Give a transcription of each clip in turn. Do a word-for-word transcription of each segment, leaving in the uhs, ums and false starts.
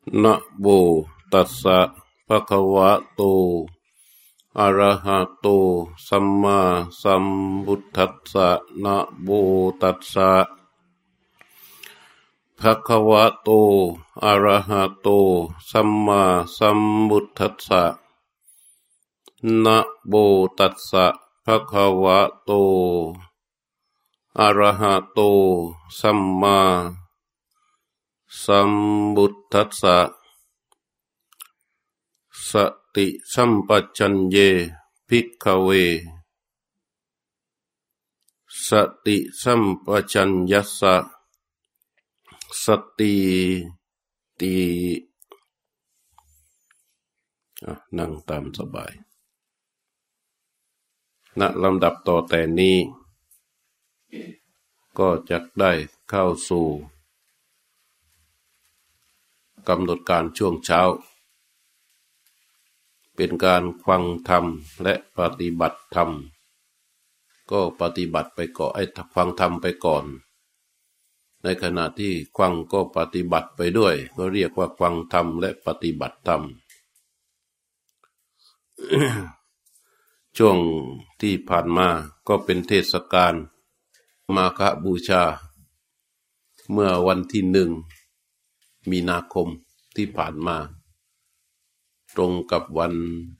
นะโมตัสสะภะคะวะโตอะระหะโตสัมมาสัมพุทธัสสะนะโมตัสสะภะคะวะโตอะระหะโตสัมมาสัมพุทธัสสะนะโมตัสสะภะคะวะโตอะระหะโตสัมมาสัมพุทธัสสะสติสัมปชัญเยภิกขเวสติสัมปชัญญัสสะสติตินั่งตามสบายณลำดับต่อแต่นี้ก็จะได้เข้าสู่กำหนดการช่วงเช้าเป็นการฟังธรรมและปฏิบัติธรรมก็ปฏิบัติไปก่อนไอ้ฟังธรรมไปก่อนในขณะที่ฟังก็ปฏิบัติไปด้วยก็เรียกว่าฟังธรรมและปฏิบัติธรรม ช่วงที่ผ่านมาก็เป็นเทศกาลมาฆบูชาเมื่อวันที่หนึ่งมีนาคมที่ผ่านมาตรงกับวัน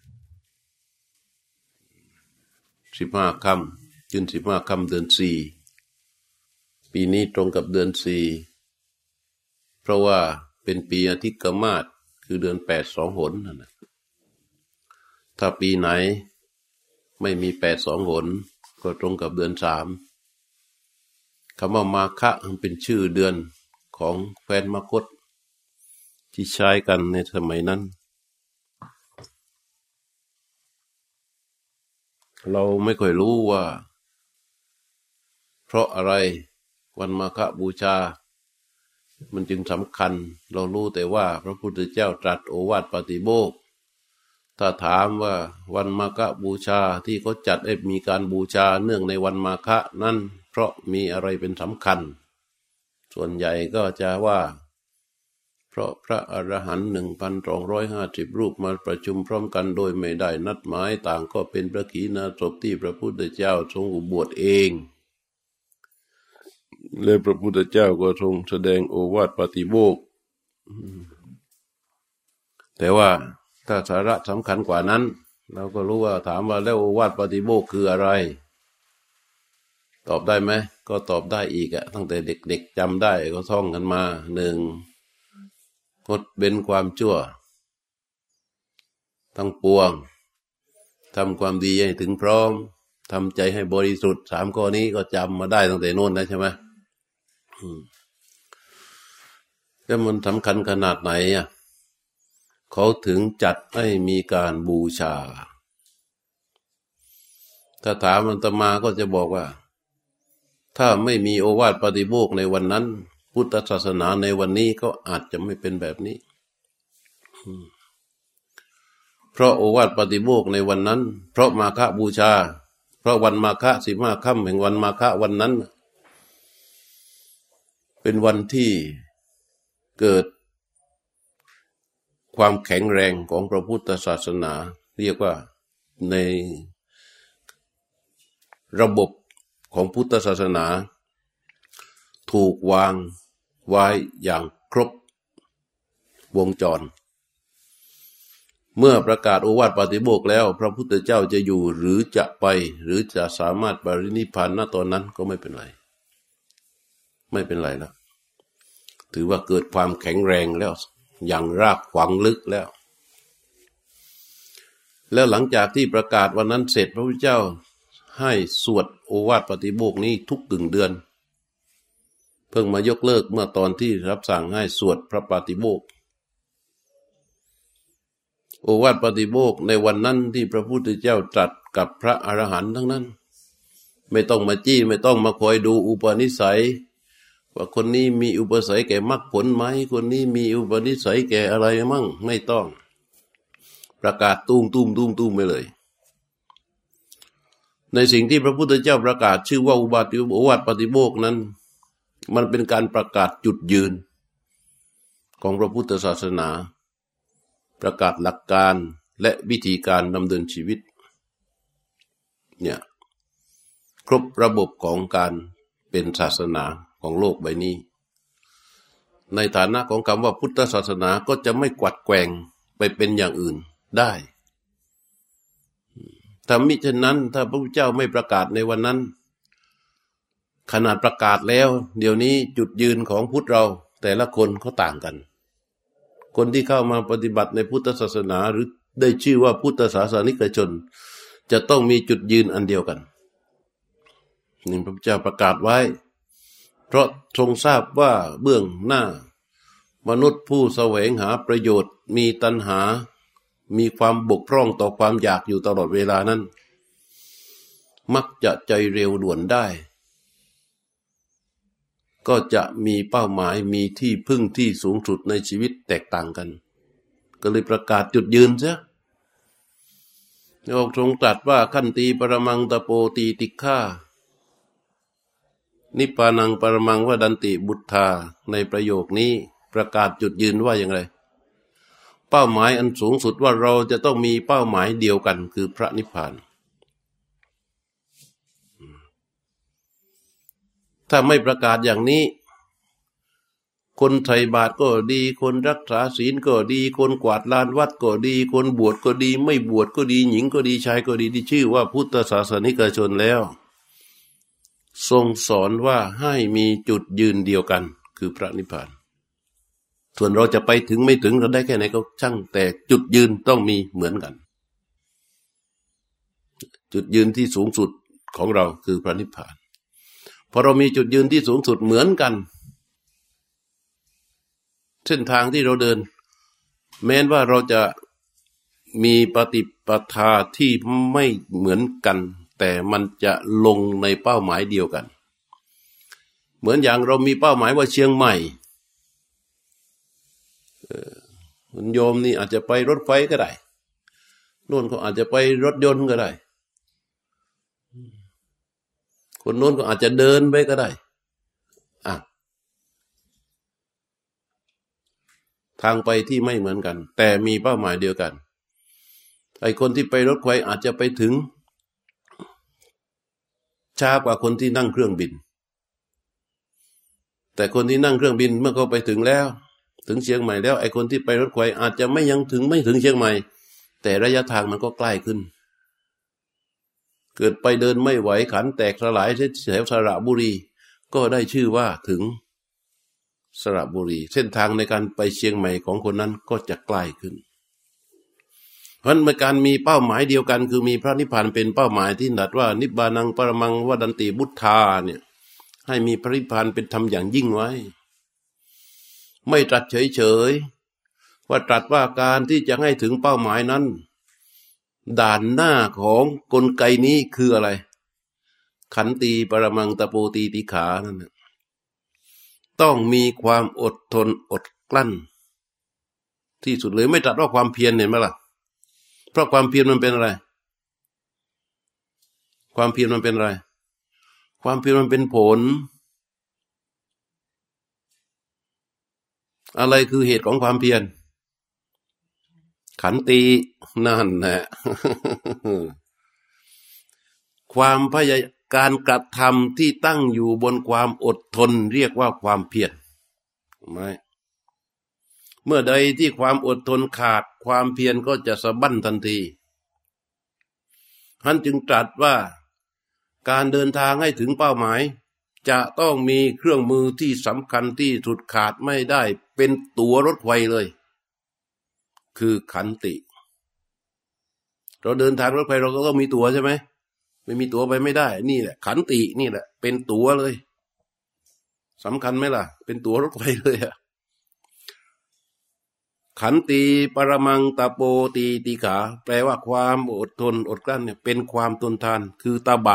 สิบห้าค่ำจนสิบห้าค่ำเดือนสี่ปีนี้ตรงกับเดือนสี่เพราะว่าเป็นปีอาทิตย์กมาศคือเดือนแปดสองหนนะถ้าปีไหนไม่มีแปดสองหนก็ตรงกับเดือนสามคำว่ามาฆะเป็นชื่อเดือนของแคว้นมคธที่ใช้กันในสมัยนั้นเราไม่ค่อยรู้ว่าเพราะอะไรวันมาฆบูชามันจึงสำคัญเรารู้แต่ว่าพระพุทธเจ้าตรัสโอวาทปาติโมกข์ถ้าถามว่าวันมาฆบูชาที่เขาจัดให้มีการบูชาเนื่องในวันมาฆนั้นเพราะมีอะไรเป็นสำคัญส่วนใหญ่ก็จะว่าเพราะพระอรหันต์หนึ่งพันสองร้อยห้าสิบรูปมาประชุมพร้อมกันโดยไม่ได้นัดหมายต่างก็เป็นพระขีณาสพที่พระพุทธเจ้าทรงอุบวชเองและพระพุทธเจ้าก็ทรงแสดงโอวาทปาติโมกข์แต่ว่าถ้าสาระสำคัญกว่านั้นเราก็รู้ว่าถามว่าแล้วโอวาทปาติโมกข์คืออะไรตอบได้ไหมก็ตอบได้อีกอะตั้งแต่เด็กๆจำได้ก็ท่องกันมาหนึ่งงดเว้นความชั่วทั้งปวงทำความดีให้ถึงพร้อมทำใจให้บริสุทธิ์สามข้อนี้ก็จำมาได้ตั้งแต่โน้นนะใช่ไหมแล้วมันสำคัญขนาดไหนอ่ะเขาถึงจัดให้มีการบูชาถ้าถามอาตมาก็จะบอกว่าถ้าไม่มีโอวาทปาติโมกข์ในวันนั้นพุทธศาสนาในวันนี้ก็อาจจะไม่เป็นแบบนี้เพราะโอวาทปาติโมกข์ในวันนั้นเพราะมาฆบูชาเพราะวันมาฆสิบห้าค่ำแห่งวันมาฆวันนั้นเป็นวันที่เกิดความแข็งแรงของพระพุทธศาสนาเรียกว่าในระบบของพุทธศาสนาถูกวางไว้อย่างครบวงจรเมื่อประกาศโอวาทปาติโมกข์แล้วพระพุทธเจ้าจะอยู่หรือจะไปหรือจะสามารถปรินิพพานณตอนนั้นก็ไม่เป็นไรไม่เป็นไรแล้วถือว่าเกิดความแข็งแรงแล้วอย่างรากฝังลึกแล้วแล้วหลังจากที่ประกาศวันนั้นเสร็จพระพุทธเจ้าให้สวดโอวาทปาติโมกข์นี้ทุกกึ่งเดือนเพิ่งมายกเลิกเมื่อตอนที่รับสั่งให้สวดพระปาติโมกข์โอวาทปาติโมกข์ในวันนั้นที่พระพุทธเจ้าตรัสกับพระอรหันต์ทั้งนั้นไม่ต้องมาจี้ไม่ต้องมาคอยดูอุปนิสัยว่าคนนี้มีอุปนิสัยแก่มรรคผลไหมคนนี้มีอุปนิสัยแก่อะไรมั่งไม่ต้องประกาศตุ้มตุ้มตุ้มตุ้มไปเลยในสิ่งที่พระพุทธเจ้าประกาศชื่อว่าอุบาติโอวาทปาติโมกข์นั้นมันเป็นการประกาศจุดยืนของพระพุทธศาสนาประกาศหลักการและวิธีการดำเนินชีวิตเนี่ยครบระบบของการเป็นศาสนาของโลกใบนี้ในฐานะของคำว่าพุทธศาสนาก็จะไม่กวัดแกว่งไปเป็นอย่างอื่นได้ถ้ามิฉะนั้นถ้าพระพุทธเจ้าไม่ประกาศในวันนั้นขนาดประกาศแล้วเดี๋ยวนี้จุดยืนของพุทธเราแต่ละคนเขาต่างกันคนที่เข้ามาปฏิบัติในพุทธศาสนาหรือได้ชื่อว่าพุทธศาสนิกชนจะต้องมีจุดยืนอันเดียวกันนี่พระพุทธเจ้าประกาศไว้เพราะทรงทราบว่าเบื้องหน้ามนุษย์ผู้แสวงหาประโยชน์มีตัณหามีความบกพร่องต่อความอยากอยู่ตลอดเวลานั้นมักจะใจเร็วด่วนได้ก็จะมีเป้าหมายมีที่พึ่งที่สูงสุดในชีวิตแตกต่างกันก็เลยประกาศจุดยืนเสียพระองค์ทรงตรัสว่าขันตีปรมังตโปตีติฆานิพพานังปรมังวดันติบุตธาในประโยคนี้ประกาศจุดยืนว่าอย่างไรเป้าหมายอันสูงสุดว่าเราจะต้องมีเป้าหมายเดียวกันคือพระนิพพานถ้าไม่ประกาศอย่างนี้คนใส่บาตรก็ดีคนรักษาศีลก็ดีคนกวาดลานวัดก็ดีคนบวชก็ดีไม่บวชก็ดีหญิงก็ดีชายก็ดีที่ชื่อว่าพุทธศาสนิกชนแล้วทรงสอนว่าให้มีจุดยืนเดียวกันคือพระนิพพานส่วนเราจะไปถึงไม่ถึงเราได้แค่ไหนก็ช่างแต่จุดยืนต้องมีเหมือนกันจุดยืนที่สูงสุดของเราคือพระนิพพานพอเรามีจุดยืนที่สูงสุดเหมือนกันเส้นทางที่เราเดินแม้ว่าเราจะมีปฏิปทาที่ไม่เหมือนกันแต่มันจะลงในเป้าหมายเดียวกันเหมือนอย่างเรามีเป้าหมายว่าเชียงใหม่คุณโยมนี่อาจจะไปรถไฟก็ได้โน่นก็อาจจะไปรถยนต์ก็ได้คนโน้นก็อาจจะเดินไปก็ได้อ่ะทางไปที่ไม่เหมือนกันแต่มีเป้าหมายเดียวกันไอ้คนที่ไปรถไฟอาจจะไปถึงช้ากว่าคนที่นั่งเครื่องบินแต่คนที่นั่งเครื่องบินเมื่อเขาไปถึงแล้วถึงเชียงใหม่แล้วไอ้คนที่ไปรถไฟอาจจะไม่ยังถึงไม่ถึงเชียงใหม่แต่ระยะทางมันก็ใกล้ขึ้นเกิดไปเดินไม่ไหวขันแตกสลายแถวสระบุรีก็ได้ชื่อว่าถึงสระบุรีเส้นทางในการไปเชียงใหม่ของคนนั้นก็จะใกล้ขึ้นเพราะฉะนั้นการมีเป้าหมายเดียวกันคือมีพระนิพพานเป็นเป้าหมายที่นัดว่านิพพานังปรมังวดันติบุตธาเนี่ยให้มีพระนิพพานเป็นธรรมอย่างยิ่งไว้ไม่ตรัสเฉยๆว่าตรัสว่าการที่จะให้ถึงเป้าหมายนั้นด่านหน้าของกลไกนี้คืออะไรขันตีปรมังตโปตีติขานั่นนะต้องมีความอดทนอดกลั้นที่สุดเลยไม่ตรัสว่าความเพียรเห็นไหมล่ะเพราะความเพียรมันเป็นอะไรความเพียรมันเป็นอะไรความเพียรมันเป็นผลอะไรคือเหตุของความเพียรขันตินั่นแหละ ความพยายามการกระทำที่ตั้งอยู่บนความอดทนเรียกว่าความเพียรไหมเมื่อใดที่ความอดทนขาดความเพียรก็จะสะบั้นทันทีท่านจึงตรัสว่าการเดินทางให้ถึงเป้าหมายจะต้องมีเครื่องมือที่สำคัญที่สุดขาดไม่ได้เป็นตั๋วรถไฟเลยคือขันติเราเดินทางรถไฟเราก็ต้องมีตั๋วใช่ไหมไม่มีตั๋วไปไม่ได้นี่แหละขันตินี่แหละเป็นตั๋วเลยสำคัญไหมล่ะเป็นตั๋วรถไฟเลยอะขันติปรมังตโปตีติขาแปลว่าความอดทนอดกลั้นเนี่ยเป็นความทนทานคือตบะ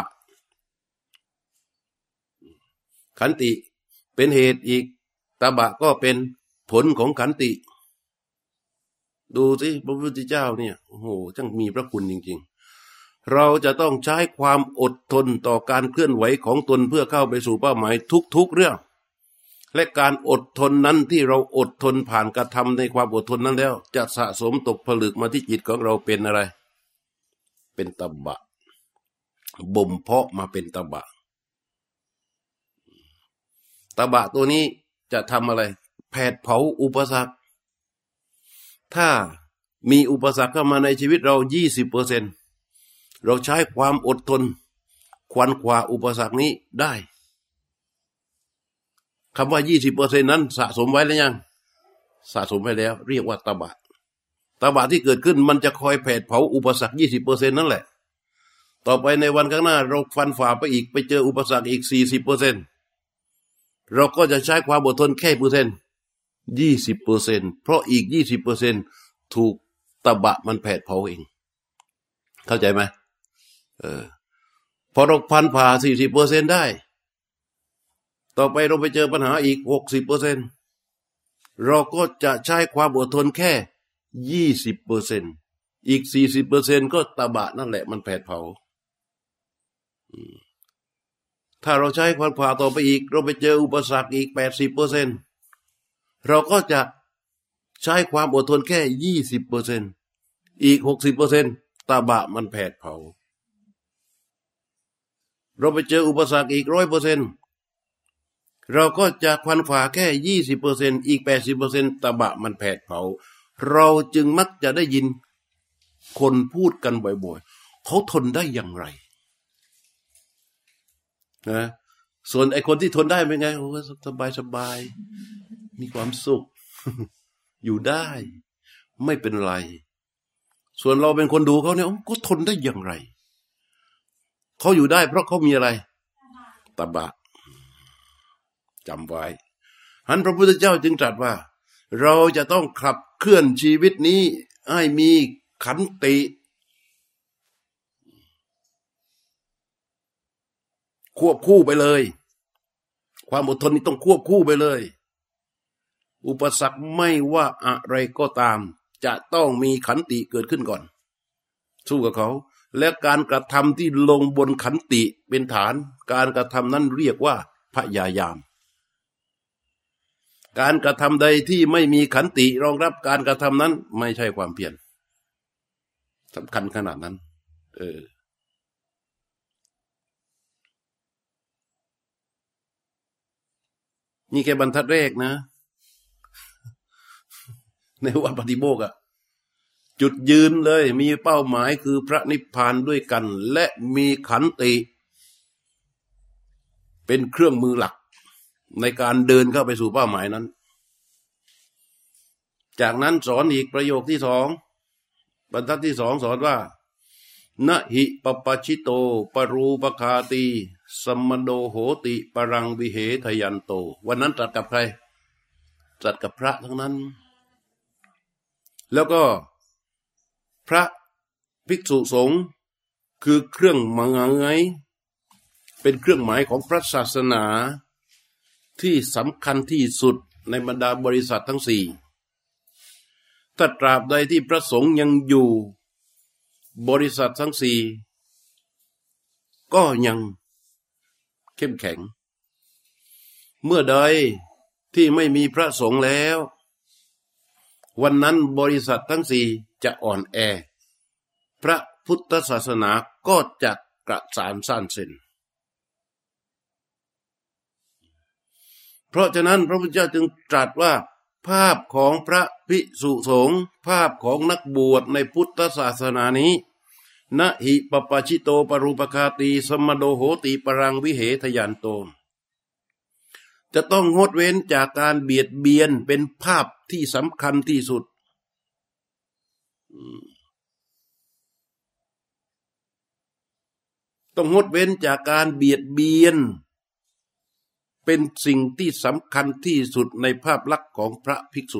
ขันติเป็นเหตุอีกตบะก็เป็นผลของขันติดูสิพระพุทธเจ้าเนี่ยโอ้โหช่างมีพระคุณจริงๆเราจะต้องใช้ความอดทนต่อการเคลื่อนไหวของตนเพื่อเข้าไปสู่เป้าหมายทุกๆเรื่องและการอดทนนั้นที่เราอดทนผ่านกระทำในความอดทนนั้นแล้วจะสะสมตกผลึกมาที่จิตของเราเป็นอะไรเป็นตบะบ่มเพาะมาเป็นตบะตบะตัวนี้จะทำอะไรแผดเผาอุปสรรคถ้ามีอุปสรรคเข้ามาในชีวิตเรา ยี่สิบเปอร์เซ็นต์ เราใช้ความอดทนควันขวาอุปสรรคนี้ได้คำว่า ยี่สิบเปอร์เซ็นต์ นั้นสะสมไว้แล้วยังสะสมไว้แล้วเรียกว่าตบะตบะที่เกิดขึ้นมันจะคอยแผดเผาอุปสรรค ยี่สิบเปอร์เซ็นต์ นั่นแหละต่อไปในวันข้างหน้าเราฟันฝ่าไปอีกไปเจออุปสรรคอีก สี่สิบเปอร์เซ็นต์ เราก็จะใช้ความอดทนแค่เปอร์เซ็นต์ ยี่สิบเปอร์เซ็นต์ เพราะอีก ยี่สิบเปอร์เซ็นต์ ถูกตบะมันแผดเผาเองเข้าใจไหมเออพอเราฟันฝ่า สี่สิบเปอร์เซ็นต์ ได้ต่อไปเราไปเจอปัญหาอีก หกสิบเปอร์เซ็นต์ เราก็จะใช้ความอดทนแค่ ยี่สิบเปอร์เซ็นต์ อีก สี่สิบเปอร์เซ็นต์ ก็ตบะนั่นแหละมันแผดเผาถ้าเราใช้ความฝ่าต่อไปอีกเราไปเจออุปสรรคอีก แปดสิบเปอร์เซ็นต์ เราก็จะใช้ความอดทนแค่ ยี่สิบเปอร์เซ็นต์ อีก หกสิบเปอร์เซ็นต์ ตบะมันแผดเผาเราไปเจออุปสรรคอีก หนึ่งร้อยเปอร์เซ็นต์ เราก็จะควันฝ่าแค่ ยี่สิบเปอร์เซ็นต์ อีก แปดสิบเปอร์เซ็นต์ ตบะมันแผดเผาเราจึงมักจะได้ยินคนพูดกันบ่อยๆเขาทนได้อย่างไรนะส่วนไอ้คนที่ทนได้เป็นไงโอ้สบายสบายมีความสุข อยู่ได้ไม่เป็นไรส่วนเราเป็นคนดูเขาเนี่ยก็ทนได้อย่างไรเขาอยู่ได้เพราะเขามีอะไรตบะจำไว้หันพระพุทธเจ้าจึงตรัสว่าเราจะต้องขับเคลื่อนชีวิตนี้ให้มีขันติควบคู่ไปเลยความอดทนนี้ต้องควบคู่ไปเลยอุปสรรคไม่ว่าอะไรก็ตามจะต้องมีขันติเกิดขึ้นก่อนสู้กับเขาและการกระทำที่ลงบนขันติเป็นฐานการกระทำนั้นเรียกว่าพยายามการกระทำใดที่ไม่มีขันติรองรับการกระทำนั้นไม่ใช่ความเพียรสำคัญขนาดนั้นเออนี่แค่บรรทัดแรกนะในวันปฏิโมกข์อะจุดยืนเลยมีเป้าหมายคือพระนิพพานด้วยกันและมีขันติเป็นเครื่องมือหลักในการเดินเข้าไปสู่เป้าหมายนั้นจากนั้นสอนอีกประโยคที่สองบรรทัดที่สองสอนว่านะหิปปชิโตปรูปคาตีสัมมโดโหติปรังวิเหทยันโตวันนั้นตรัสกับใครตรัสกับพระทั้งนั้นแล้วก็พระภิกษุสงฆ์คือเครื่องหมายเป็นเครื่องหมายของพระศาสนาที่สำคัญที่สุดในบรรดาบริษัททั้งสี่ถ้าตราบใดที่พระสงฆ์ยังอยู่บริษัททั้งสี่ก็ยังเข้มแข็งเมื่อใดที่ไม่มีพระสงฆ์แล้ววันนั้นบริษัททั้งสี่จะอ่อนแอพระพุทธศาสนาก็จะกระสานซ่านเส้นเพราะฉะนั้นพระพุทธเจ้าจึงตรัสว่าภาพของพระภิกษุสงฆ์ภาพของนักบวชในพุทธศาสนานี้นะหิปปชิโตปรูปคาตีสมโดโหติปรังวิเหทยันโตจะต้องงดเว้นจากการเบียดเบียนเป็นภาพที่สำคัญที่สุดต้องงดเว้นจากการเบียดเบียนเป็นสิ่งที่สำคัญที่สุดในภาพลักษณ์ของพระภิกษุ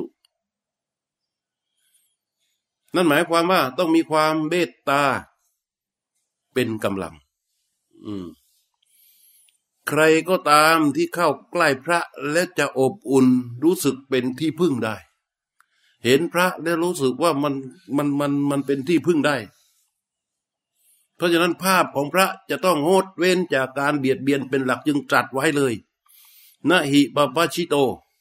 นั่นหมายความว่าต้องมีความเมตตาเป็นกำลังอืมใครก็ตามที่เข้าใกล้พระและจะอบอุ่นรู้สึกเป็นที่พึ่งได้เห็นพระแล้วรู้สึกว่ามันมันมันมันเป็นที่พึ่งได้เพราะฉะนั้นภาพของพระจะต้องงดเว้นจากการเบียดเบียนเป็นหลักจึงตรัสไว้เลยนะหิปปชิโต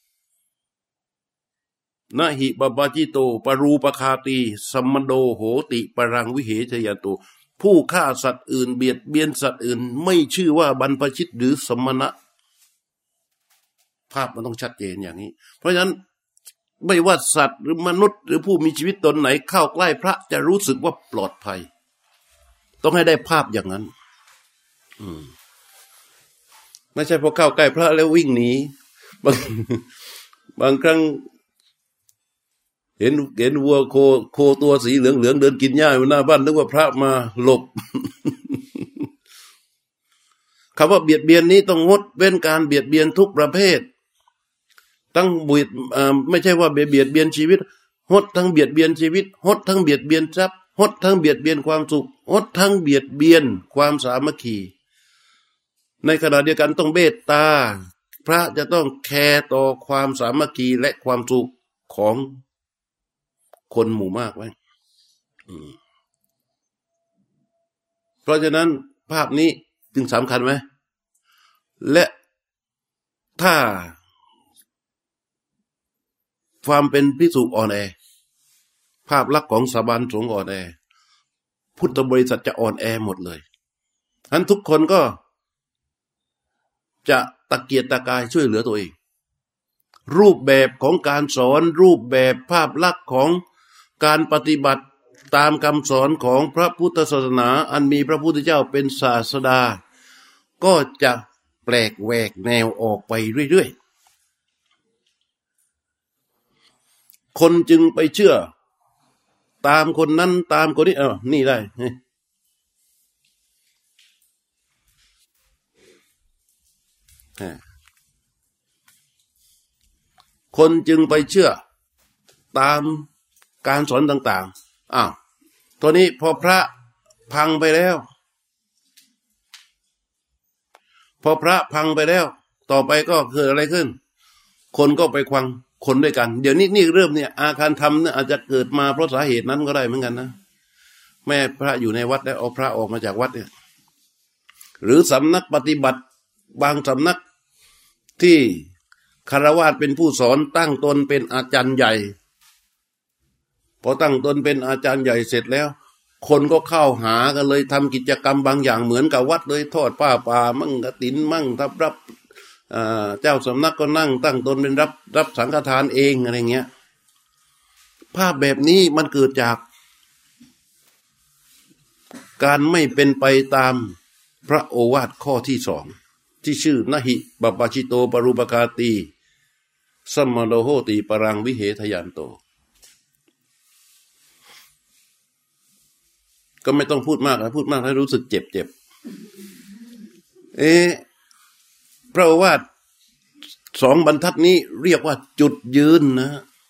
นะหิปปชิโตปรูปคาตีสัมมโดโหติปรังวิเหชยโตผู้ฆ่าสัตว์อื่นเบียดเบียนสัตว์อื่นไม่ชื่อว่าบรรพชิตหรือสมณะภาพมันต้องชัดเจนอย่างนี้เพราะฉะนั้นไม่ว่าสัตว์หรือมนุษย์หรือผู้มีชีวิตตนไหนเข้าใกล้พระจะรู้สึกว่าปลอดภัยต้องให้ได้ภาพอย่างนั้นอืมไม่ใช่พอเข้าใกล้พระแล้ววิ่งหนีบางบางครั้งเห็นเห็นวัวโคโคตัวสีเหลืองเหลืองเดินกินหญ้าอยู่หน้าบ้านนึกว่าพระมาหลบ คำว่าเบียดเบียนนี้ต้องงดเว้นการเบียดเบียนทุกประเภทตั้งบุตรไม่ใช่ว่าเบียดเบียนชีวิตหดทั้งเบียดเบียนชีวิตหดทั้งเบียดเบียนทรัพย์หดทั้งเบียดเบียนความสุขหดทั้งเบียดเบียนความสามัคคีในขณะเดียวกันต้องเมตตาพระจะต้องแคร์ต่อความสามัคคีและความสุขของคนหมู่มากไว้เพราะฉะนั้นภาพนี้จึงสำคัญไหมและถ้าความเป็นภิกษุอ่อนแอภาพลักษณ์ของสถาบันสงฆ์อ่อนแอพุทธบริษัทจะอ่อนแอหมดเลยฉะนั้นทุกคนก็จะตะเกียกตะกายช่วยเหลือตัวเองรูปแบบของการสอนรูปแบบภาพลักษณ์ของการปฏิบัติตามคำสอนของพระพุทธศาสนาอันมีพระพุทธเจ้าเป็นศาสดาก็จะแปลกแหวกแนวออกไปเรื่อยๆคนจึงไปเชื่อตามคนนั้นตามคนนี้เออนี่ได้คนจึงไปเชื่อตามการสอนต่างๆอ้าวตัวนี้พอพระพังไปแล้วพอพระพังไปแล้วต่อไปก็เกิดอะไรขึ้นคนก็ไปควังคนด้วยกันเดี๋ยวนี้นี่เริ่มเนี่ยอาคารธรรมเนี่ยอาจจะเกิดมาเพราะสาเหตุนั้นก็ได้เหมือนกันนะแม่พระอยู่ในวัดแล้วเอาพระออกมาจากวัดเนี่ยหรือสำนักปฏิบัติบางสำนักที่คฤหัสถ์เป็นผู้สอนตั้งตนเป็นอาจารย์ใหญ่พอตั้งตนเป็นอาจารย์ใหญ่เสร็จแล้วคนก็เข้าหากันเลยทำกิจกรรมบางอย่างเหมือนกับวัดเลยทอดผ้าป่ามั่งกฐินมั่งทับรับเจ้าสำนักก็นั่งตั้งตนเป็นรับรับสังฆทานเองอะไรเงี้ยภาพแบบนี้มันเกิดจากการไม่เป็นไปตามพระโอวาทข้อที่สองที่ชื่อนะหิปปชิโตปรูปคาตีสัมมโนโหติปรังวิเหทยันโตก็ไม่ต้องพูดมากนะพูดมากให้รู้สึกเจ็บเจ็บเอ๊ะพระโอวาทสองบรรทัดนี้เรียกว่าจุดยืนนะ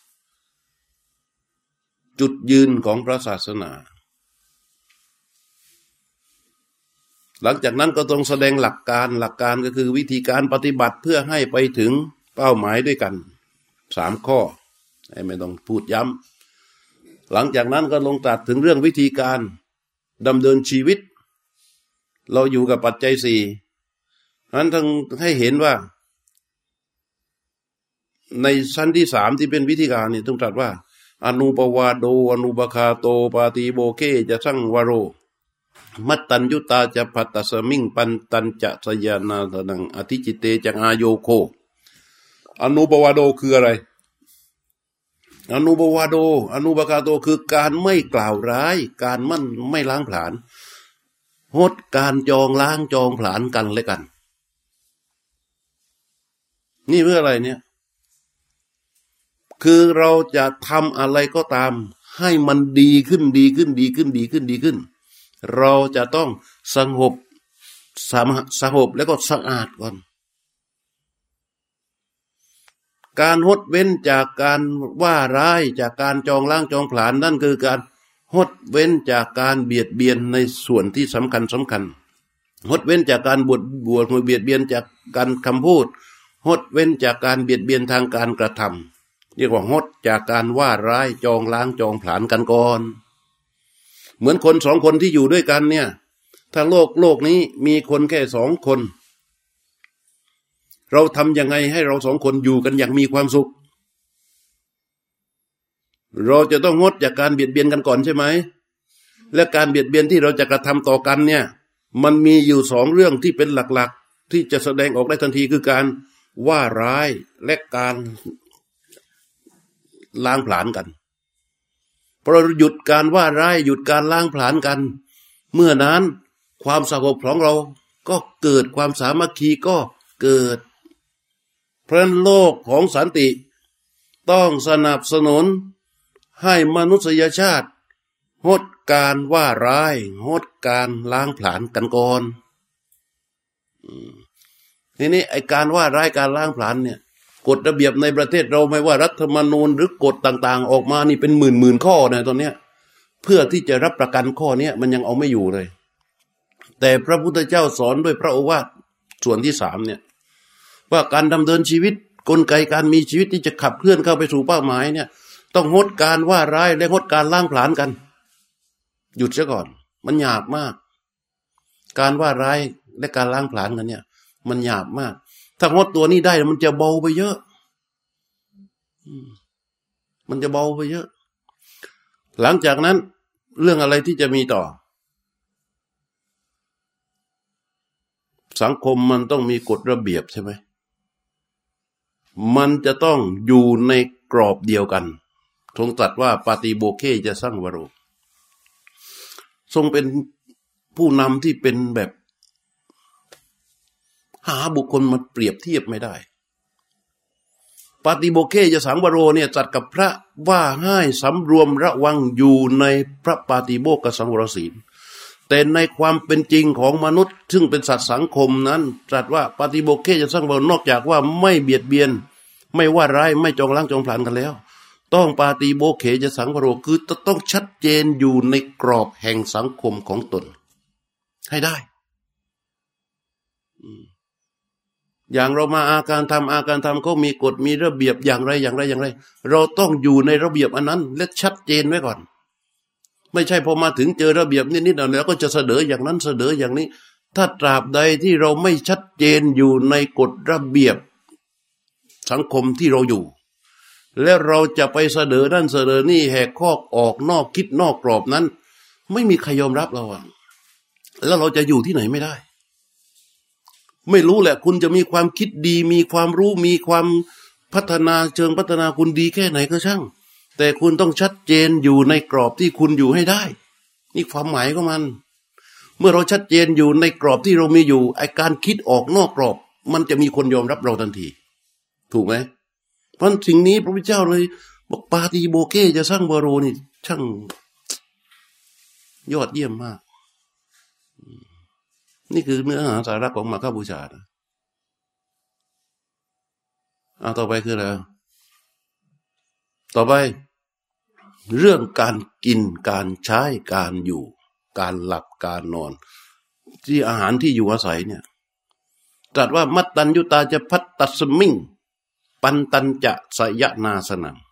จุดยืนของพระศาสนาหลังจากนั้นก็ต้องแสดงหลักการหลักการก็คือวิธีการปฏิบัติเพื่อให้ไปถึงเป้าหมายด้วยกันสามข้อไม่ต้องพูดย้ำหลังจากนั้นก็ลงตรัสถึงเรื่องวิธีการดำเนินชีวิตเราอยู่กับปัจจัยสี่นั้นทั้งให้เห็นว่าในชั้นที่สามที่เป็นวิธีการนี่ต้องตรัสว่าอนุปวาโดอนุปคาโตปาติโบเกจะสั่งวโรมัตตัญยุตาจะพัตตสมิงปันตัญจะสยานาสนังอธิจิเตจังอาโยโคอนุปวาโดคืออะไรอนุปวาโดอนุปคาโตคือการไม่กล่าวร้ายการมั่นไม่ล้างผลาญงดการจองล้างจองผลาญกันและกันนี่เพื่ออะไรเนี่ยคือเราจะทำอะไรก็ตามให้มันดีขึ้นดีขึ้นดีขึ้นดีขึ้นดีขึ้นเราจะต้องสงบสามสงบแล้วก็สะอาดก่อนการงดเว้นจากการว่าร้ายจากการจองล้างจองผลาญนั่นคือการงดเว้นจากการเบียดเบียนในส่วนที่สำคัญสำคัญงดเว้นจากการบวชบวชเบียดเบียนจากการคำพูดงดเว้นจากการเบียดเบียนทางการกระทำเรียกว่างดจากการว่าร้ายจองล้างจองผลาญกันก่อนเหมือนคนสองคนที่อยู่ด้วยกันเนี่ยถ้าโลกโลกนี้มีคนแค่สองคนเราทำยังไงให้เราสองคนอยู่กันอย่างมีความสุขเราจะต้องงดจากการเบียดเบียนกันก่อนใช่ไหมและการเบียดเบียนที่เราจะกระทำต่อกันเนี่ยมันมีอยู่สองเรื่องที่เป็นหลักๆที่จะแสดงออกได้ทันทีคือการว่าร้ายและการล้างผลาญกันพอเราหยุดการว่าร้ายหยุดการล้างผลาญกันเมื่อนั้นความสงบของเราก็เกิดความสามัคคีก็เกิดเพราะโลกของสันติต้องสนับสนุนให้มนุษยชาติงดการว่าร้ายงดการล้างผลาญกันก่อนทีนี้ไอการว่าร้ายการล้างผลาญเนี่ยกฎระเบียบในประเทศเราไม่ว่ารัฐธรรมนูญหรือกฎต่างๆออกมานี่เป็นหมื่นหมื่นข้อนะตอนเนี้ยเพื่อที่จะรับประกันข้อนี้มันยังเอาไม่อยู่เลยแต่พระพุทธเจ้าสอนด้วยพระโอวาทส่วนที่สามเนี่ยว่าการดำเนินชีวิตกลไกการมีชีวิตที่จะขับเคลื่อนเข้าไปสู่เป้าหมายเนี่ยต้องงดการว่าร้ายและงดการล้างผลาญกันหยุดซะก่อนมันหยาบมากการว่าร้ายและการล้างผลาญกันเนี่ยมันหยาบมากถ้างดตัวนี้ได้มันจะเบาไปเยอะมันจะเบาไปเยอะหลังจากนั้นเรื่องอะไรที่จะมีต่อสังคมมันต้องมีกฎระเบียบใช่ไหมมันจะต้องอยู่ในกรอบเดียวกันทรงตรัสว่าปาติโมกขจะสังวโรทรงเป็นผู้นำที่เป็นแบบหาบุคคลมาเปรียบเทียบไม่ได้ปาติโมกขจะสังวโรเนี่ยจัดกับพระว่าให้สำรวมระวังอยู่ในพระปาติโมกขสังวรศีลแต่ในความเป็นจริงของมนุษย์ซึ่งเป็นสัตว์สังคมนั้นตรัสว่าปาติโมกขจะสังวโรนอกจากว่าไม่เบียดเบียนไม่ว่าร้ายไม่จองล้างจองผลาญกันแล้วต้องปาติโมกขจะสังวโรคือต้องชัดเจนอยู่ในกรอบแห่งสังคมของตนให้ได้อย่างเรามาอาการทำอาการทำเขามีกฎมีระเบียบอย่างไรอย่างไรอย่างไรเราต้องอยู่ในระเบียบอันนั้นและชัดเจนไว้ก่อนไม่ใช่พอมาถึงเจอระเบียบนิดๆหน่อยแล้วก็จะเสนออย่างนั้นเสนออย่างนี้ถ้าตราบใดที่เราไม่ชัดเจนอยู่ในกฎระเบียบสังคมที่เราอยู่และเราจะไปเสนอนั่นเสนอนี่แหกข้อออกนอกคิดนอกกรอบนั้นไม่มีใครยอมรับเราอ่ะแล้วเราจะอยู่ที่ไหนไม่ได้ไม่รู้แหละคุณจะมีความคิดดีมีความรู้มีความพัฒนาเชิงพัฒนาคุณดีแค่ไหนก็ช่างแต่คุณต้องชัดเจนอยู่ในกรอบที่คุณอยู่ให้ได้นี่ความหมายของมันเมื่อเราชัดเจนอยู่ในกรอบที่เรามีอยู่ไอการคิดออกนอกกรอบมันจะมีคนยอมรับเราทันทีถูกไหมเพราะสิ่งนี้พระพุทธเจ้าเลยบอกปาติโมกขจะสร้างวโรนี่ช่างยอดเยี่ยมมากนี่คือเนื้อหาสาระของมาฆบูชานะเอาต่อไปคืออะไรต่อไปเรื่องการกินการใช้การอยู่การหลับการนอนที่อาหารที่อยู่อาศัยเนี่ยตรัสว่ามัตตัญญุตาจะพัตตัสมิงปันตัญจะสยนาสนัง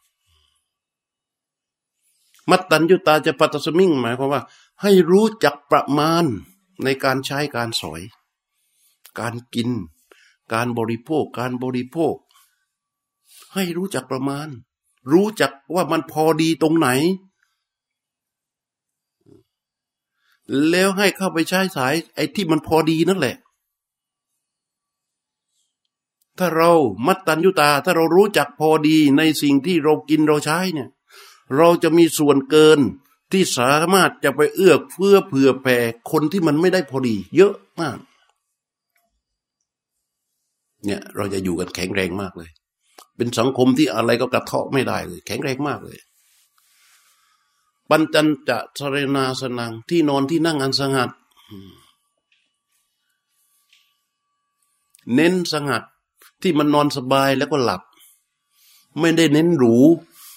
มัตตัญญุตาจะพัตตัสมิงหมายความว่าให้รู้จักประมาณในการใช้การสอยการกินการบริโภคการบริโภคให้รู้จักประมาณรู้จักว่ามันพอดีตรงไหนแล้วให้เข้าไปใช้สายไอ้ที่มันพอดีนั่นแหละถ้าเรามัตตัญญุตาถ้าเรารู้จักพอดีในสิ่งที่เรากินเราใช้เนี่ยเราจะมีส่วนเกินที่สามารถจะไปเอื้อเฟื้อเผื่อแผ่คนที่มันไม่ได้พอดีเยอะมากเนี่ยเราจะอยู่กันแข็งแรงมากเลยเป็นสังคมที่อะไรก็กระเทาะไม่ได้เลยแข็งแรงมากเลยปัญจัญจะสเรนาสนังที่นอนที่นั่งอันสงัดเน้นสงัดที่มันนอนสบายแล้วก็หลับไม่ได้เน้นหรู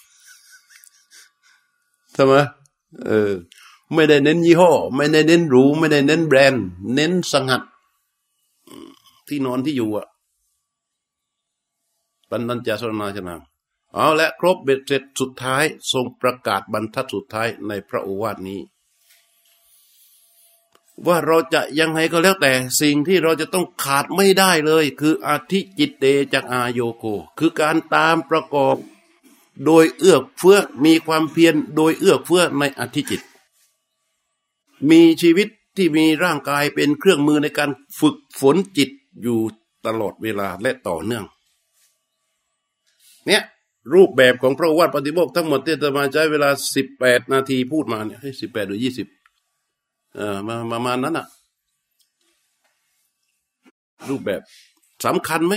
ใช่ไหมเออไม่ได้เน้นยี่ห้อไม่ได้เน้นหรูไม่ได้เน้นแบรนด์เน้นสงัดที่นอนที่อยู่อ่ะปัญญาสรณาชนะเอาและครบเบ็ดเสร็จสุดท้ายทรงประกาศบรรทัดสุดท้ายในพระโอวาทนี้ว่าเราจะยังไงก็แล้วแต่สิ่งที่เราจะต้องขาดไม่ได้เลยคืออธิจิตเตจักอาโยโกคือการตามประกอบโดยเอื้อเฟื้อมีความเพียรโดยเอื้อเฟื้อในอธิจิตมีชีวิตที่มีร่างกายเป็นเครื่องมือในการฝึกฝนจิตอยู่ตลอดเวลาและต่อเนื่องเนี่ยรูปแบบของพระโอวาทปฏิโมกข์ทั้งหมดที่จะมาใช้เวลาสิบแปดนาทีพูดมาเนี่ยให้สิบแปดหรือยี่สิบเอ่อมาประมาณนั้นอ่ะรูปแบบสำคัญไหม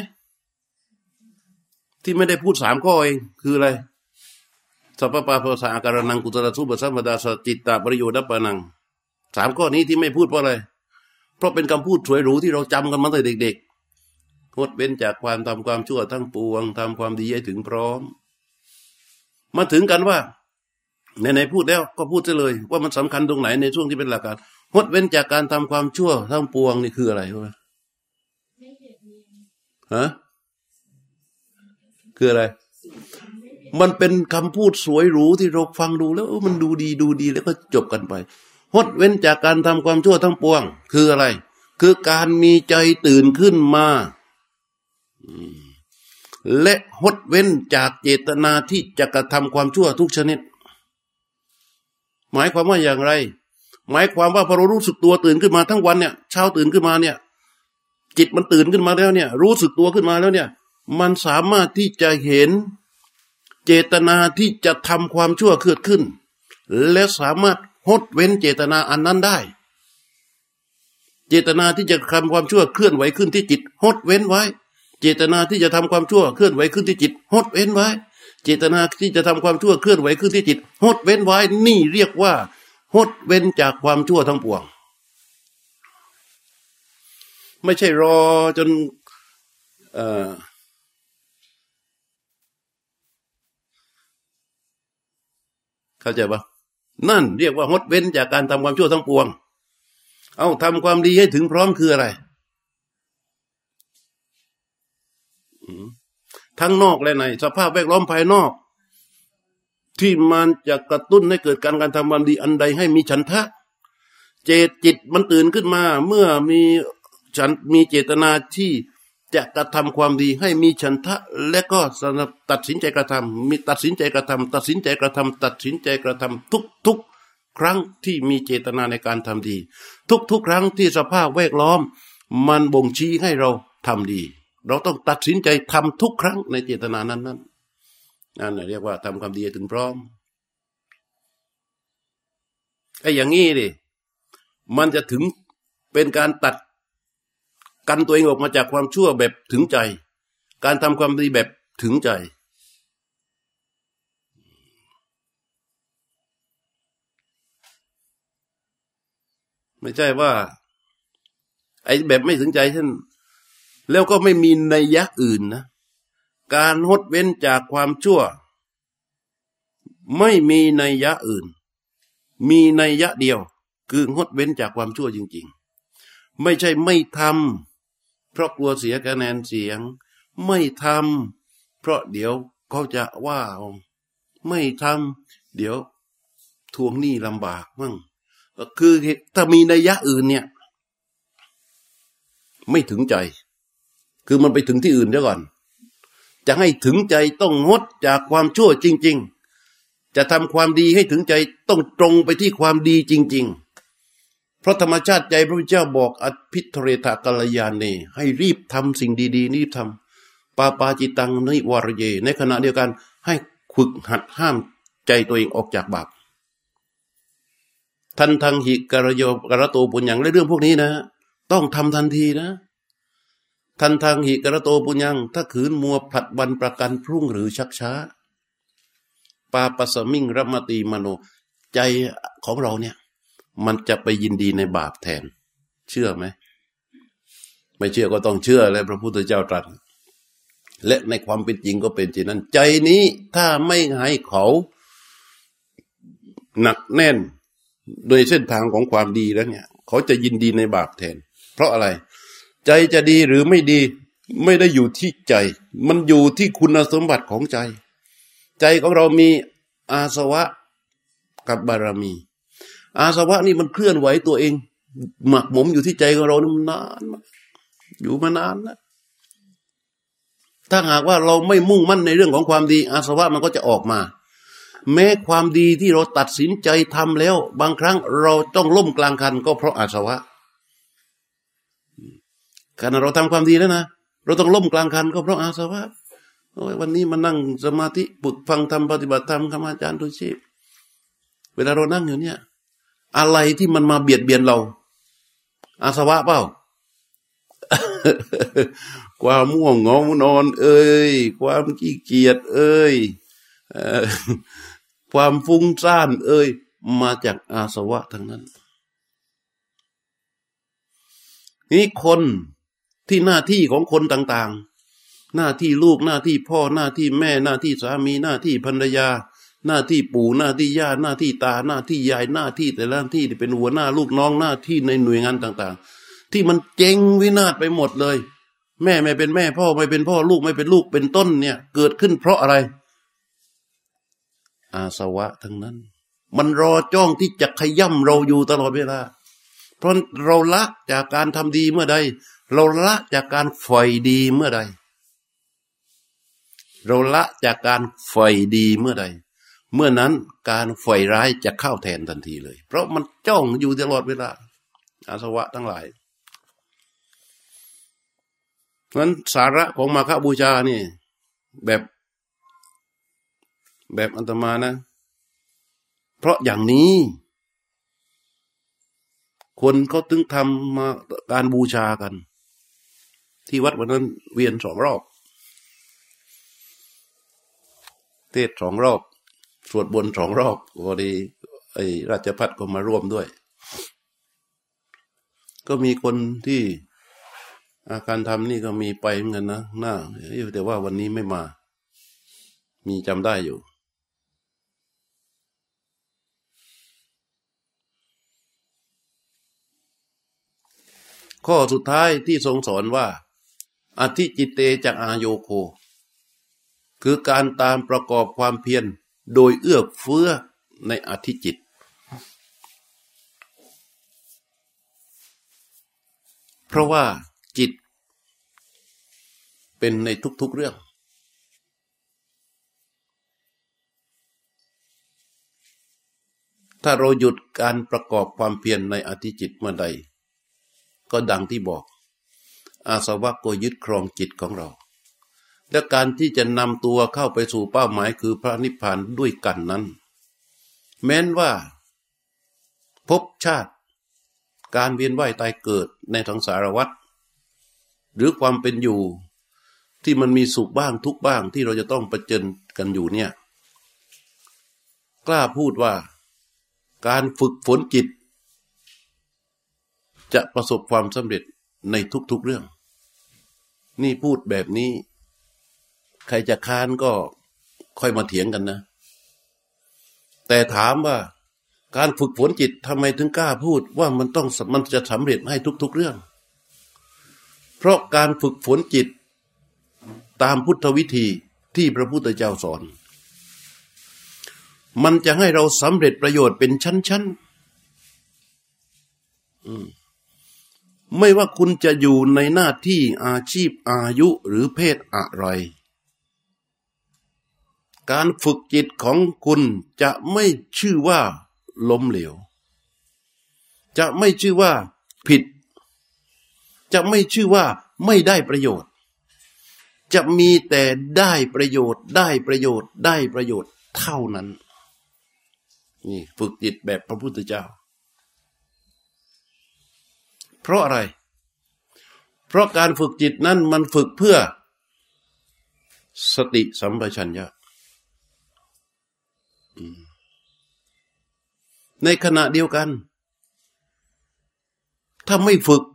ที่ไม่ได้พูดสามข้อเองคืออะไรสัพพปะภาษาอาการนังกุตระสุปสัมปดาสจิตตาปริโยดัปปนังสามข้อนี้ที่ไม่พูดเพราะอะไรเพราะเป็นคำพูดสวยหรูที่เราจำกันมาตั้งแต่เด็กๆงดเว้นจากความทำความชั่วทั้งปวงทำความดีให้ถึงพร้อมมาถึงกันว่าไหนๆพูดแล้วก็พูดซะเลยว่ามันสำคัญตรงไหนในช่วงที่เป็นหลักการงดเว้นจากการทำความชั่วทั้งปวงนี่คืออะไรวะฮะคืออะไรมันเป็นคำพูดสวยหรูที่เราฟังดูแล้วมันดูดีดูดีแล้วก็จบกันไปงดเว้นจากการทำความชั่วทั้งปวงคืออะไรคือการมีใจตื่นขึ้นมาและงดเว้นจากเจตนาที่จะกระทำความชั่วทุกชนิดหมายความว่าอย่างไรหมายความว่าพอเรารู้สึกตัวตื่นขึ้นมาทั้งวันเนี่ยเช้าตื่นขึ้นมาเนี่ยจิตมันตื่นขึ้นมาแล้วเนี่ยรู้สึกตัวขึ้นมาแล้วเนี่ยมันสามารถที่จะเห็นเจตนาที่จะทำความชั่วเกิดขึ้นและสามารถงดเว้นเจตนาอันนั้นได้เจตนาที่จะทำความชั่วเคลื่อนไหวขึ้นที่จิตงดเว้นไว้เจตนาที่จะทำความชั่วเคลื่อนไหวขึ้นที่จิตงดเว้นไว้เจตนาที่จะทำความชั่วเคลื่อนไหวขึ้นที่จิตงดเว้นไว้นี่เรียกว่างดเว้นจากความชั่วทั้งปวงไม่ใช่รอจนเอ่อเข้าใจปะนั่นเรียกว่างดเว้นจากการทำความชั่วทั้งปวงเอาทำความดีให้ถึงพร้อมคืออะไรทั้งนอกและในสภาพแวดล้อมภายนอกที่มันจะกระตุ้นให้เกิดการการทำความดีอันใดให้มีฉันทะเจตจิตมันตื่นขึ้นมาเมื่อมีฉันมีเจตนาที่จะกระทำความดีให้มีฉันทะและก็ตัดสินใจกระทำมีตัดสินใจกระทำตัดสินใจกระทำตัดสินใจกระทำทุกทุกครั้งที่มีเจตนาในการทำดีทุกทุกครั้งที่สภาพแวดล้อมมันบ่งชี้ให้เราทำดีเราต้องตัดสินใจทำทุกครั้งในเจตนานั้นนั้นนั่นเรียกว่าทำความดีถึงพร้อมไอ้อย่างงี้ดิมันจะถึงเป็นการตัดกันตัวเองออกมาจากความชั่วแบบถึงใจการทำความดีแบบถึงใจไม่ใช่ว่าไอ้แบบไม่ถึงใจเช่นแล้วก็ไม่มีนัยยะอื่นนะการงดเว้นจากความชั่วไม่มีนัยยะอื่นมีนัยยะเดียวคืองดเว้นจากความชั่วจริงๆไม่ใช่ไม่ทำเพราะกลัวเสียคะแนนเสียงไม่ทำเพราะเดี๋ยวเขาจะว่าไม่ทำเดี๋ยวทวงหนี้ลำบากมั่งคือถ้ามีนัยยะอื่นเนี่ยไม่ถึงใจคือมันไปถึงที่อื่นเดี๋ยวก่อนจะให้ถึงใจต้องงดจากความชั่วจริงๆจะทำความดีให้ถึงใจต้องตรงไปที่ความดีจริงๆเพราะธรรมชาติใจพระพุทธเจ้าบอกอภิธเรทากัลยาเนให้รีบทำสิ่งดีๆรีบทำปาปาจิตังนิวารเยในขณะเดียวกันให้ฝึกหัดห้ามใจตัวเองออกจากบาปทันทังหิกรโยกรโตปุญญังและเรื่องพวกนี้นะต้องทำทันทีนะทันทังหิกรโตปุญญังถ้าขืนมัวผลัดวันประกันพรุ่งหรือชักช้าปาปัสมิงรัมตีมโนใจของเราเนี่ยมันจะไปยินดีในบาปแทนเชื่อไหมไม่เชื่อก็ต้องเชื่อและพระพุทธเจ้าตรัสและในความเป็นจริงก็เป็นเช่นนั้นใจนี้ถ้าไม่ให้เขาหนักแน่นโดยเส้นทางของความดีแล้วเนี่ยเขาจะยินดีในบาปแทนเพราะอะไรใจจะดีหรือไม่ดีไม่ได้อยู่ที่ใจมันอยู่ที่คุณสมบัติของใจใจของเรามีอาสวะกับบารมีอาสวะนี่มันเคลื่อนไหวตัวเองหมักหมมอยู่ที่ใจของเรานานมากอยู่มานานนะถ้าหากว่าเราไม่มุ่งมั่นในเรื่องของความดีอาสวะมันก็จะออกมาแม้ความดีที่เราตัดสินใจทำแล้วบางครั้งเราต้องล่มกลางคันก็เพราะอาสวะขณะเราทำความดีแล้วนะเราต้องล่มกลางคันก็เพราะอาสวะโอ้ยวันนี้มานั่งสมาธิฝึกฟังธรรมปฏิบัติธรรมคำอาจารย์ทุชีพเวลาเรานั่งอยู่เนี่ยอะไรที่มันมาเบียดเบียนเราอาสวะเปล่า ความม่วงเหงานอนเอ้ยความขี้เกียจเอ้ยความฟุ้งซ่านเอ้ยมาจากอาสวะทั้งนั้นนี่คนที่หน้าที่ของคนต่างๆหน้าที่ลูกหน้าที่พ่อหน้าที่แม่หน้าที่สามีหน้าที่ภรรยาหน้าที่ปู่หน้าที่ย่าหน้าที่ตาหน้าที่ยายหน้าที่แต่ละหน้าที่ที่เป็นหัวหน้าลูกน้องหน้าที่ในหน่วยงานต่างๆที่มันเจ๊งวินาศไปหมดเลยแม่ไม่เป็นแม่พ่อไม่เป็นพ่อลูกไม่เป็นลูกเป็นต้นเนี่ยเกิดขึ้นเพราะอะไรอาสวะทั้งนั้นมันรอจ้องที่จะขย่ำเราอยู่ตลอดเวลาเพราะเราละจากการทำดีเมื่อใดเราละจากการใฝ่ดีเมื่อใดเราละจากการใฝ่ดีเมื่อใดเมื่อนั้นการใฝ่ร้ายจะเข้าแทนทันทีเลยเพราะมันจ้องอยู่ตลอดเวลาอาสวะทั้งหลายเพราะฉะนั้นสาระของมาฆบูชานี่แบบแบบอัตมานะเพราะอย่างนี้คนเขาถึงทำมาการบูชากันที่วัดวันนั้นเวียนสองรอบเทศสองรอบสวดบนสองรอบพอดีไอ้ราชภัฏก็มาร่วมด้วยก็มีคนที่อาการทำนี่ก็มีไปเหมือนกันนะหน้าแต่ว่าวันนี้ไม่มามีจำได้อยู่ข้อสุดท้ายที่ทรงสอนว่าอธิจิตเตจักอาโยโคคือการตามประกอบความเพียรโดยเอื้อเฟื้อในอธิจิตเพราะว่าจิตเป็นในทุกๆเรื่องถ้าเราหยุดการประกอบความเพียรในอธิจิตเมื่อใดก็ดังที่บอกอาสวะก็ยึดครองจิตของเราและการที่จะนำตัวเข้าไปสู่เป้าหมายคือพระนิพพานด้วยกันนั้นแม้นว่าภพชาติการเวียนว่ายตายเกิดในสังสารวัฏหรือความเป็นอยู่ที่มันมีสุขบ้างทุกข์บ้างที่เราจะต้องประเจิญกันอยู่เนี่ยกล้าพูดว่าการฝึกฝนจิตจะประสบความสำเร็จในทุกๆเรื่องนี่พูดแบบนี้ใครจะค้านก็ค่อยมาเถียงกันนะแต่ถามว่าการฝึกฝนจิตทำไมถึงกล้าพูดว่ามันต้องมันจะสำเร็จให้ทุกๆเรื่องเพราะการฝึกฝนจิตตามพุทธวิธีที่พระพุทธเจ้าสอนมันจะให้เราสำเร็จประโยชน์เป็นชั้นๆไม่ว่าคุณจะอยู่ในหน้าที่อาชีพอายุหรือเพศอะไรการฝึกจิตของคุณจะไม่ชื่อว่าล้มเหลวจะไม่ชื่อว่าผิดจะไม่ชื่อว่าไม่ได้ประโยชน์จะมีแต่ได้ประโยชน์ได้ประโยชน์ได้ประโยชน์เท่านั้นนี่ฝึกจิตแบบพระพุทธเจ้าเพราะอะไรเพราะการฝึกจิตนั้นมันฝึกเพื่อสติสัมปชัญญะในขณะเดียวกันถ้าไม่ฝึก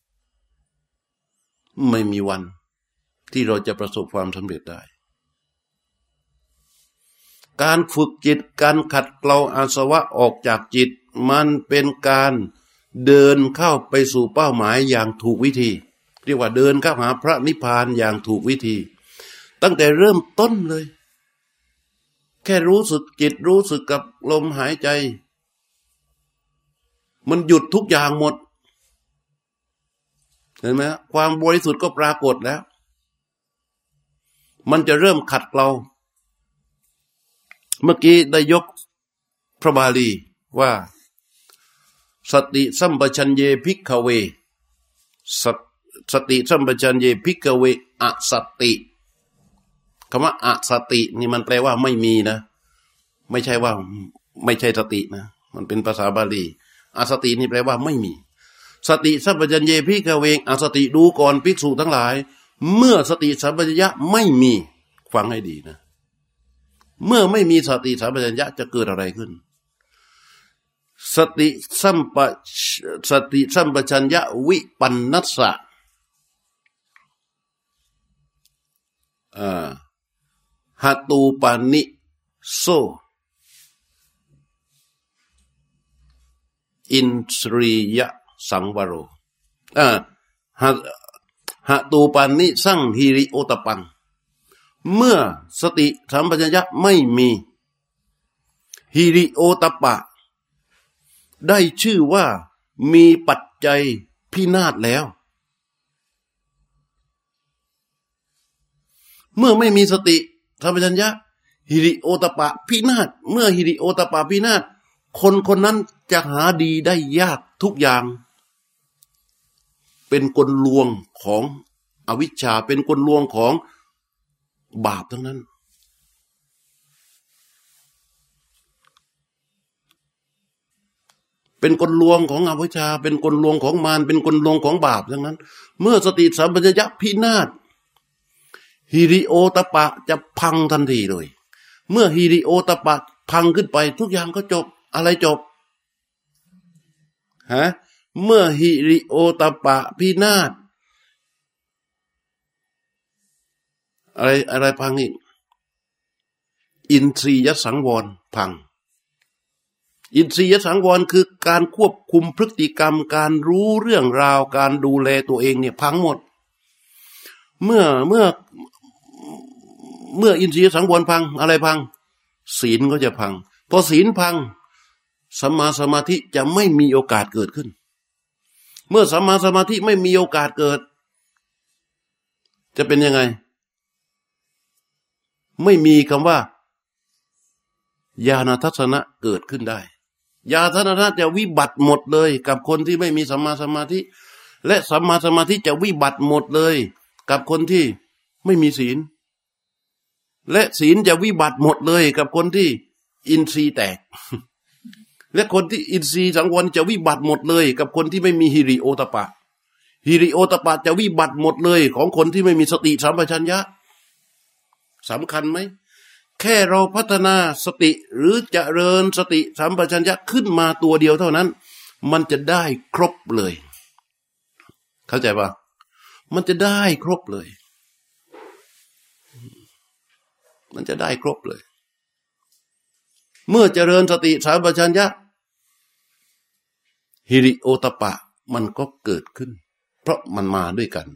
ไม่มีวันที่เราจะประสบความสำเร็จได้การฝึกจิตการขัดเกลาอาสวะออกจากจิตมันเป็นการเดินเข้าไปสู่เป้าหมายอย่างถูกวิธีเรียกว่าเดินเข้าหาพระนิพพานอย่างถูกวิธีตั้งแต่เริ่มต้นเลยแค่รู้สึกจิตรู้สึกกับลมหายใจมันหยุดทุกอย่างหมดห็นไหมความบริสุทธิ์ก็ปรากฏแล้วมันจะเริ่มขัดเกลาเมื่อกี้ได้ยกพระบาลีว่าสติสัมปชัญเยภิกขเวสสติสัมปชัญเยภิกขเวอสติคำว่าอสตินี่มันแปลว่าไม่มีนะไม่ใช่ว่าไม่ใช่สตินะมันเป็นภาษาบาลีอสตินี่แปลว่าไม่มีสติสัมปชัญเยภิกขเวอสติดูก่อนภิกษุทั้งหลายเมื่อสติสัมปชัญญะไม่มีฟังให้ดีนะเมื่อไม่มีสติสัมปชัญญะจะเกิดอะไรขึ้นสติสัมปสติสัมปชัญญะวิปันนัสสะอ่าหตูปานิโสอินทรียสังวโรอ่าหตูปานิสังหิริโอตปังเมื่อสติสัมปชัญญะไม่มีหิริโอตปะได้ชื่อว่ามีปัจจัยพินาศแล้วเมื่อไม่มีสติสัมปชัญญะหิริโอตปะพินาศเมื่อหิริโอตปะพินาศคนคนนั้นจะหาดีได้ยากทุกอย่างเป็นกลลวงของอวิชชาเป็นกลลวงของบาปทั้งนั้นเป็นกลลวงของอวิชชาเป็นกลลวงของมารเป็นกลลวงของบาปทั้งนั้นเมื่อสติสัมปชัญญะพินาศหิริโอตปะจะพังทันทีเลยเมื่อหิริโอตปะพังขึ้นไปทุกอย่างก็จบอะไรจบฮะเมื่อหิริโอตปะพินาศอะไรอะไรพังอีกอินทรียสังวรพังอินทรียสังวรคือการควบคุมพฤติกรรมการรู้เรื่องราวการดูแลตัวเองเนี่ยพังหมดเมื่อเมื่อเมื่ออินทรียสังวรพังอะไรพังศีลก็จะพังพอศีลพังสัมมาสมาธิจะไม่มีโอกาสเกิดขึ้นเมื่อสัมมาสมาธิไม่มีโอกาสเกิดจะเป็นยังไงไม่มีคำว่าญาณทัศนะเกิดขึ้นได้ญาณทัศนะจะวิบัติหมดเลยกับคนที่ไม่มีสัมมาสมาธิและสัมมาสมาธิจะวิบัติหมดเลยกับคนที่ไม่มีศีลและศีลจะวิบัติหมดเลยกับคนที่อินทรีย์แตกและคนที่อินทรีย์สังวรจะวิบัติหมดเลยกับคนที่ไม่มีหิริโอตปะหิริโอตปะจะวิบัติหมดเลยของคนที่ไม่มีสติสัมปชัญญะสำคัญไหมแค่เราพัฒนาสติหรือเจริญสติสัมปชัญญะขึ้นมาตัวเดียวเท่านั้นมันจะได้ครบเลยเข้าใจป่ะมันจะได้ครบเลยมันจะได้ครบเลยเมื่อเจริญสติสัมปชัญญะหิริโอตปะมันก็เกิดขึ้นเพราะมันมาด้วยกัน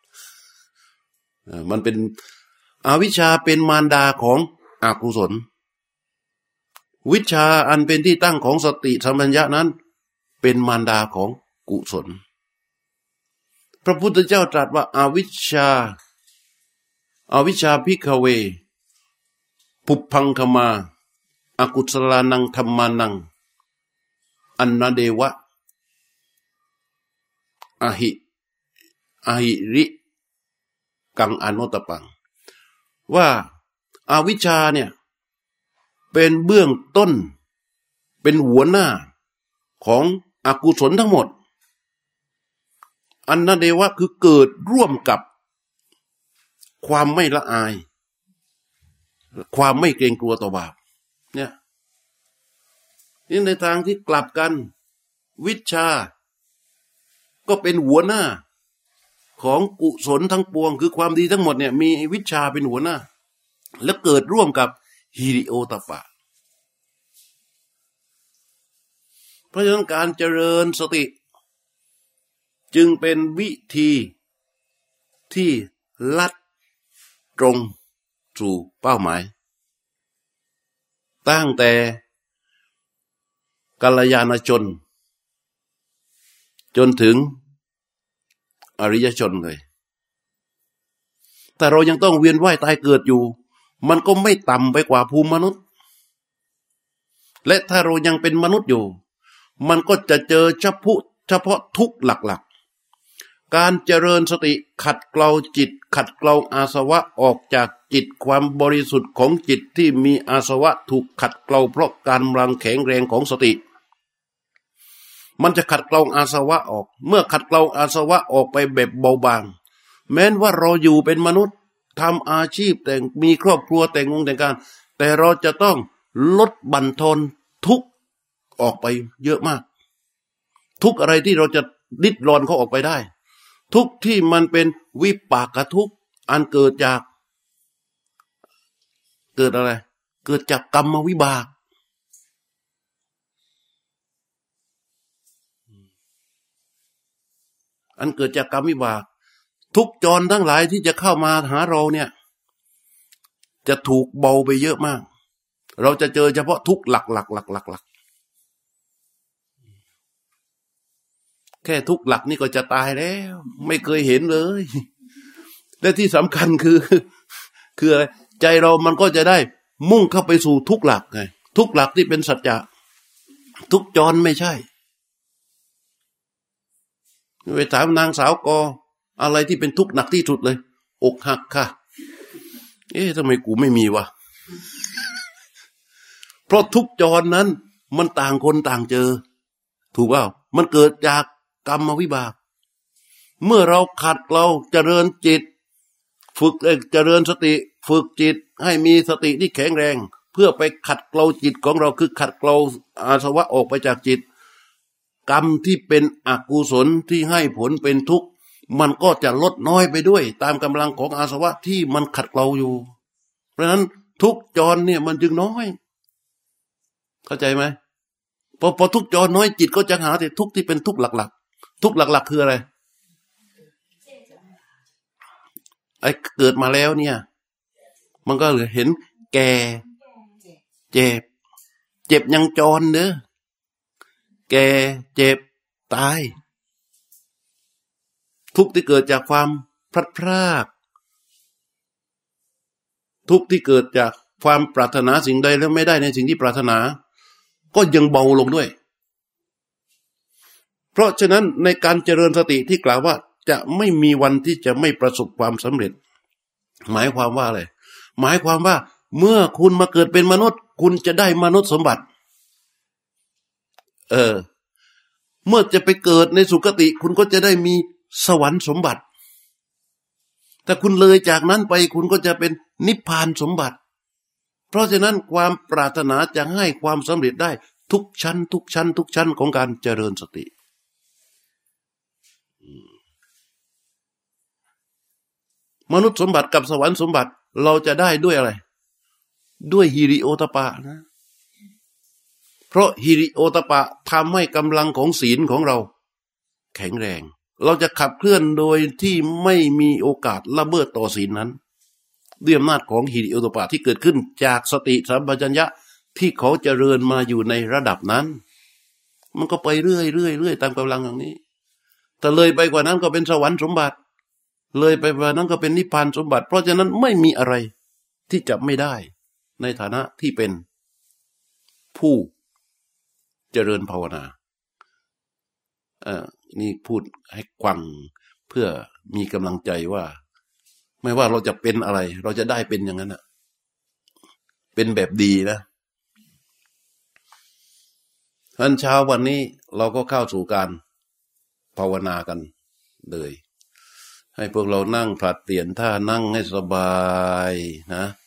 มันเป็นอวิชชาเป็นมารดาของอกุศลวิชชาอันเป็นที่ตั้งของสติสัมปชัญญะนั้นเป็นมารดาของกุศลพระพุทธเจ้าตรัสว่าอวิชชาอวิชชาภิกขเวปุพพังคมาอกุศลานังธัมมานังอันนาเดวะอหิอหิริกังอนุตปังว่าอาวิชชาเนี่ยเป็นเบื้องต้นเป็นหัวหน้าของอกุศลทั้งหมดอันนาเดวะคือเกิดร่วมกับความไม่ละอายความไม่เกรงกลัวต่อบาปเนี่ยนี่ในทางที่กลับกันวิชชาก็เป็นหัวหน้าของกุศลทั้งปวงคือความดีทั้งหมดเนี่ยมีวิชชาเป็นหัวหน้าและเกิดร่วมกับหิริโอตปะเพราะฉะนั้นการเจริญสติจึงเป็นวิธีที่ลัดตรงสู่เป้าหมายตั้งแต่กัลยาณชนจนถึงอริยชนเลยแต่เรายังต้องเวียนว่ายตายเกิดอยู่มันก็ไม่ต่ำไปกว่าภูมิมนุษย์และถ้าเรายังเป็นมนุษย์อยู่มันก็จะเจอเฉพาะเฉพาะทุกข์หลักๆการเจริญสติขัดเกลาจิตขัดเกลาอาสวะออกจากจิตความบริสุทธิ์ของจิตที่มีอาสวะถูกขัดเกลาเพราะการกำลังแข็งแรงของสติมันจะขัดเกลาอาสวะออกเมื่อขัดเกลาอาสวะออกไปแบบเบาบางแม้นว่าเราอยู่เป็นมนุษย์ทำอาชีพแต่งมีครอบครัวแต่งงแต่งการแต่เราจะต้องลดบั่นทอนทุกข์ออกไปเยอะมากทุกข์อะไรที่เราจะดิ้นรนเขาออกไปได้ทุกข์ที่มันเป็นวิปากทุกข์อันเกิดจากเกิดอะไรเกิดจากกรรมวิบากอันเกิดจากกรรมวิบากทุกจรทั้งหลายที่จะเข้ามาหาเราเนี่ยจะถูกเบาไปเยอะมากเราจะเจอเฉพาะทุกหลักหลักหลักหลักหลักแค่ทุกหลักนี่ก็จะตายแล้วไม่เคยเห็นเลยและที่สำคัญคือคืออะไรใจเรามันก็จะได้มุ่งเข้าไปสู่ทุกหลักไงทุกหลักที่เป็นสัจจะทุกจรไม่ใช่ไปถามนางสาวกออะไรที่เป็นทุกข์หนักที่สุดเลยอกหักค่ะเอ๊ะทำไมกูไม่มีวะเพราะทุกจรนั้นมันต่างคนต่างเจอถูกเปล่ามันเกิดจากกรรมวิบากเมื่อเราขัดเราเจริญจิตฝึกเจริญสติฝึกจิตให้มีสติที่แข็งแรงเพื่อไปขัดเกลาจิตของเราคือขัดเกลาอาสวะออกไปจากจิตกรรมที่เป็นอกุศลที่ให้ผลเป็นทุกข์มันก็จะลดน้อยไปด้วยตามกำลังของอาสวะที่มันขัดเกลาอยู่เพราะฉะนั้นทุกจรเนี่ยมันจึงน้อยเข้าใจไหมพอพอทุกจรน้อยจิตก็จะหาแต่ทุกที่เป็นทุกหลักๆทุกหลักๆคืออะไรไอ้เกิดมาแล้วเนี่ยมันก็เห็นแก่เจ็บเจ็บยังจรเนอะแก่เจ็บตายทุกที่เกิดจากความพลัดพรากทุกที่เกิดจากความปรารถนาสิ่งใดแล้วไม่ได้ในสิ่งที่ปรารถนาก็ยังเบาลงด้วยเพราะฉะนั้นในการเจริญสติที่กล่าวว่าจะไม่มีวันที่จะไม่ประสบความสำเร็จหมายความว่าอะไรหมายความว่าเมื่อคุณมาเกิดเป็นมนุษย์คุณจะได้มนุษย์สมบัติเออเมื่อจะไปเกิดในสุคติคุณก็จะได้มีสวรรค์สมบัติถ้าคุณเลยจากนั้นไปคุณก็จะเป็นนิพพานสมบัติเพราะฉะนั้นความปรารถนาจะให้ความสำเร็จได้ทุกชั้นทุกชั้นทุกชั้นของการเจริญสติมนุษย์สมบัติกับสวรรค์สมบัติเราจะได้ด้วยอะไรด้วยฮิริโอตปะนะเพราะฮิริโอตปะทำให้กำลังของศีลของเราแข็งแรงเราจะขับเคลื่อนโดยที่ไม่มีโอกาสละเมิดต่อศีลนั้นด้วยอำนาจของฮิริโอตปะที่เกิดขึ้นจากสติสัมปชัญญะที่เขาเจริญมาอยู่ในระดับนั้นมันก็ไปเรื่อยเรื่อยเรื่อยตามกำลังอย่างนี้แต่เลยไปกว่านั้นก็เป็นสวรรค์สมบัติเลยไปกว่านั้นก็เป็นนิพพานสมบัติเพราะฉะนั้นไม่มีอะไรที่จะไม่ได้ในฐานะที่เป็นผู้เจริญภาวนาเอ่อนี่พูดให้ฟังเพื่อมีกำลังใจว่าไม่ว่าเราจะเป็นอะไรเราจะได้เป็นอย่างนั้นน่ะเป็นแบบดีนะทันเช้าวันนี้เราก็เข้าสู่การภาวนากันเลยให้พวกเรานั่งผลัดเปลี่ยนท่านั่งให้สบายนะ